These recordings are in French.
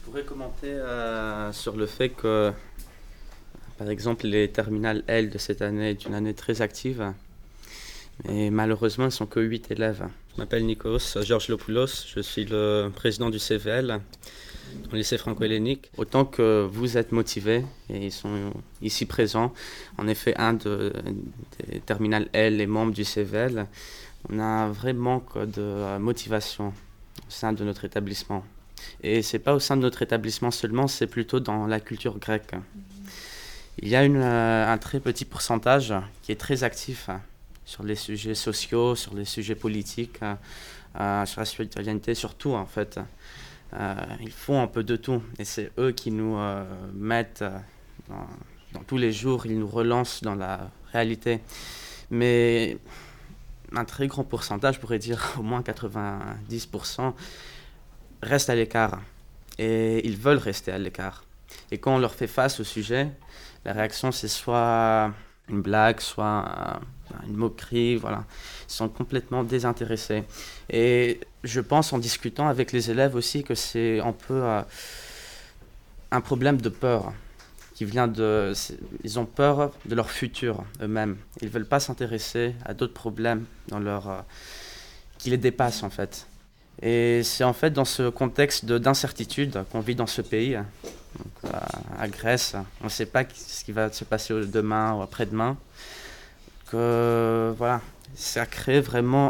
Je pourrais commenter sur le fait que, par exemple, les terminales L de cette année est une année très active, mais malheureusement, ils ne sont que 8 élèves. Je m'appelle Nikos Georges Lopoulos, je suis le président du CVL, au lycée franco-hellénique. Autant que vous êtes motivés, et ils sont ici présents, en effet, des terminales L est membre du CVL, on a un vrai manque de motivation au sein de notre établissement. Et c'est pas au sein de notre établissement seulement, c'est plutôt dans la culture grecque. Il y a un très petit pourcentage qui est très actif sur les sujets sociaux, sur les sujets politiques, sur la citoyenneté, sur tout en fait. Ils font un peu de tout et c'est eux qui nous mettent dans tous les jours, ils nous relancent dans la réalité. Mais un très grand pourcentage, je pourrais dire au moins 90%, restent à l'écart et ils veulent rester à l'écart. Et quand on leur fait face au sujet, la réaction c'est soit une blague, soit une moquerie, voilà. Ils sont complètement désintéressés. Et je pense en discutant avec les élèves aussi que c'est un peu un problème de peur qui vient de... Ils ont peur de leur futur eux-mêmes. Ils ne veulent pas s'intéresser à d'autres problèmes qui les dépassent en fait. Et c'est en fait dans ce contexte d'incertitude qu'on vit dans ce pays, donc à Grèce. On ne sait pas ce qui va se passer demain ou après-demain. Que voilà, ça crée vraiment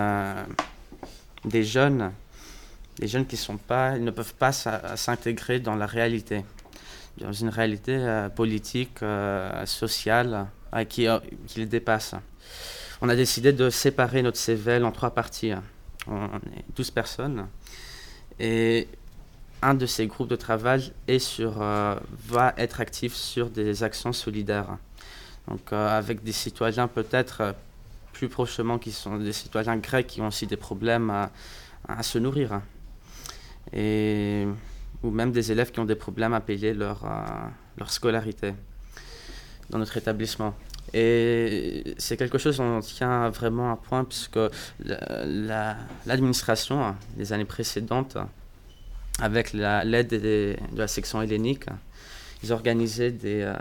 des jeunes qui ils ne peuvent pas s'intégrer dans la réalité, dans une réalité politique, sociale, qui les dépasse. On a décidé de séparer notre CVL en 3 parties. On est 12 personnes et un de ces groupes de travail va être actif sur des actions solidaires. Donc avec des citoyens peut-être plus prochement qui sont des citoyens grecs qui ont aussi des problèmes à se nourrir. Ou même des élèves qui ont des problèmes à payer leur scolarité dans notre établissement. Et c'est quelque chose dont on tient vraiment à point puisque l'administration des années précédentes, avec l'aide de la section hellénique, ils organisaient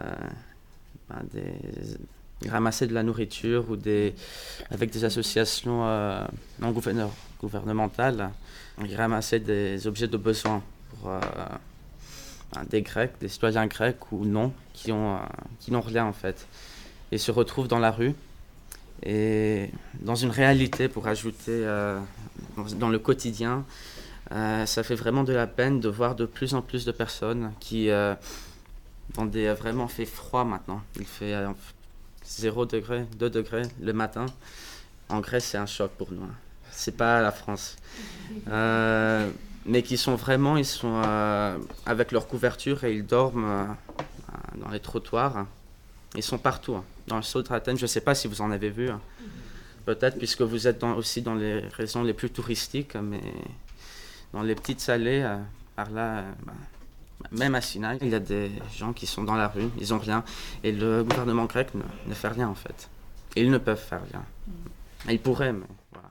ils ramassaient de la nourriture avec des associations non gouvernementales, ils ramassaient des objets de besoin pour des Grecs, des citoyens grecs ou non, qui n'ont rien en fait. Et se retrouvent dans la rue et dans une réalité, pour ajouter dans le quotidien, ça fait vraiment de la peine de voir de plus en plus de personnes qui vraiment fait froid maintenant. Il fait 0 degré, 2 degrés le matin. En Grèce, c'est un choc pour nous. C'est pas la France. Mais ils sont avec leur couverture et ils dorment dans les trottoirs. Ils sont partout. Dans le centre d'Athènes, je ne sais pas si vous en avez vu. Peut-être puisque vous êtes aussi dans les régions les plus touristiques, mais dans les petites allées, par là, même à Sinaï, il y a des gens qui sont dans la rue, ils n'ont rien. Et le gouvernement grec ne fait rien en fait. Et ils ne peuvent faire rien. Ils pourraient, mais voilà.